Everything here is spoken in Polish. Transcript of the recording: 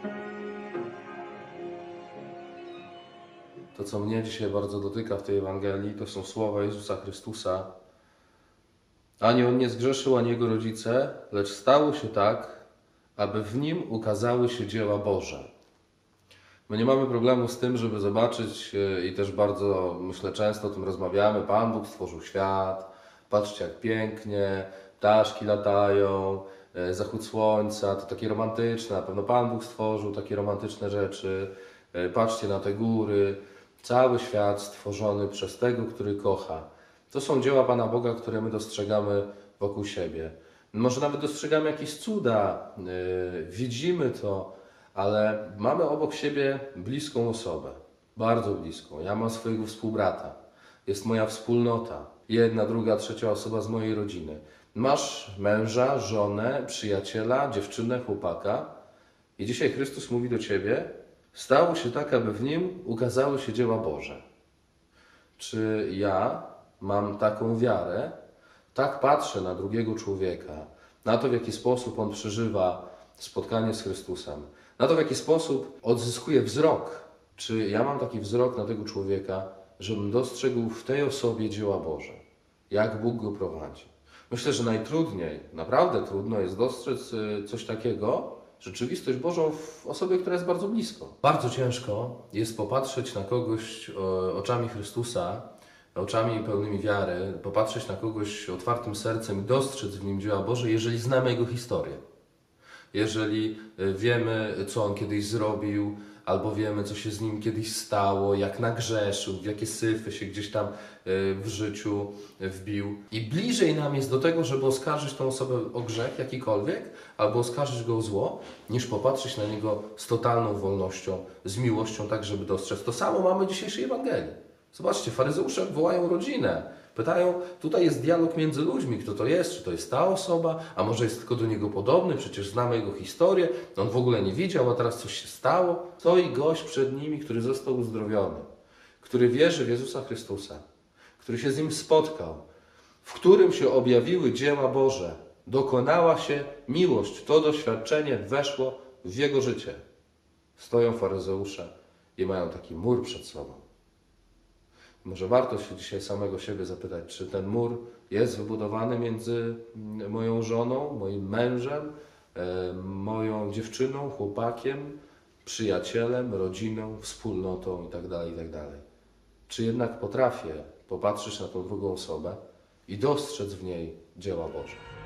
To, co mnie dzisiaj bardzo dotyka w tej Ewangelii, to są słowa Jezusa Chrystusa. Ani on nie zgrzeszył, ani jego rodzice, lecz stało się tak, aby w nim ukazały się dzieła Boże. My nie mamy problemu z tym, żeby zobaczyć i też bardzo, myślę, często o tym rozmawiamy. Pan Bóg stworzył świat, patrzcie jak pięknie, ptaszki latają, zachód słońca, to takie romantyczne, na pewno Pan Bóg stworzył takie romantyczne rzeczy. Patrzcie na te góry, cały świat stworzony przez tego, który kocha. To są dzieła Pana Boga, które my dostrzegamy wokół siebie. Może nawet dostrzegamy jakieś cuda, widzimy to, ale mamy obok siebie bliską osobę, bardzo bliską. Ja mam swojego współbrata, jest moja wspólnota, jedna, druga, trzecia osoba z mojej rodziny. Masz męża, żonę, przyjaciela, dziewczynę, chłopaka i dzisiaj Chrystus mówi do ciebie, stało się tak, aby w nim ukazały się dzieła Boże. Czy ja mam taką wiarę, tak patrzę na drugiego człowieka, na to, w jaki sposób on przeżywa spotkanie z Chrystusem, na to, w jaki sposób odzyskuje wzrok. Czy ja mam taki wzrok na tego człowieka, żebym dostrzegł w tej osobie dzieła Boże? Jak Bóg go prowadzi? Myślę, że najtrudniej, naprawdę trudno jest dostrzec coś takiego, rzeczywistość Bożą w osobie, która jest bardzo blisko. Bardzo ciężko jest popatrzeć na kogoś oczami Chrystusa, oczami pełnymi wiary, popatrzeć na kogoś otwartym sercem i dostrzec w nim dzieła Boże, jeżeli znamy jego historię. Jeżeli wiemy, co on kiedyś zrobił, albo wiemy, co się z nim kiedyś stało, jak nagrzeszył, w jakie syfy się gdzieś tam w życiu wbił. I bliżej nam jest do tego, żeby oskarżyć tą osobę o grzech jakikolwiek, albo oskarżyć go o zło, niż popatrzeć na niego z totalną wolnością, z miłością, tak żeby dostrzec. To samo mamy w dzisiejszej Ewangelii. Zobaczcie, faryzeusze wołają rodzinę. Pytają, tutaj jest dialog między ludźmi, kto to jest, czy to jest ta osoba, a może jest tylko do niego podobny, przecież znamy jego historię, on w ogóle nie widział, a teraz coś się stało. Stoi gość przed nimi, który został uzdrowiony, który wierzy w Jezusa Chrystusa, który się z nim spotkał, w którym się objawiły dzieła Boże, dokonała się miłość, to doświadczenie weszło w jego życie. Stoją faryzeusze i mają taki mur przed sobą. Może warto się dzisiaj samego siebie zapytać, czy ten mur jest wybudowany między moją żoną, moim mężem, moją dziewczyną, chłopakiem, przyjacielem, rodziną, wspólnotą itd., itd. Czy jednak potrafię popatrzeć na tą drugą osobę i dostrzec w niej dzieła Boże.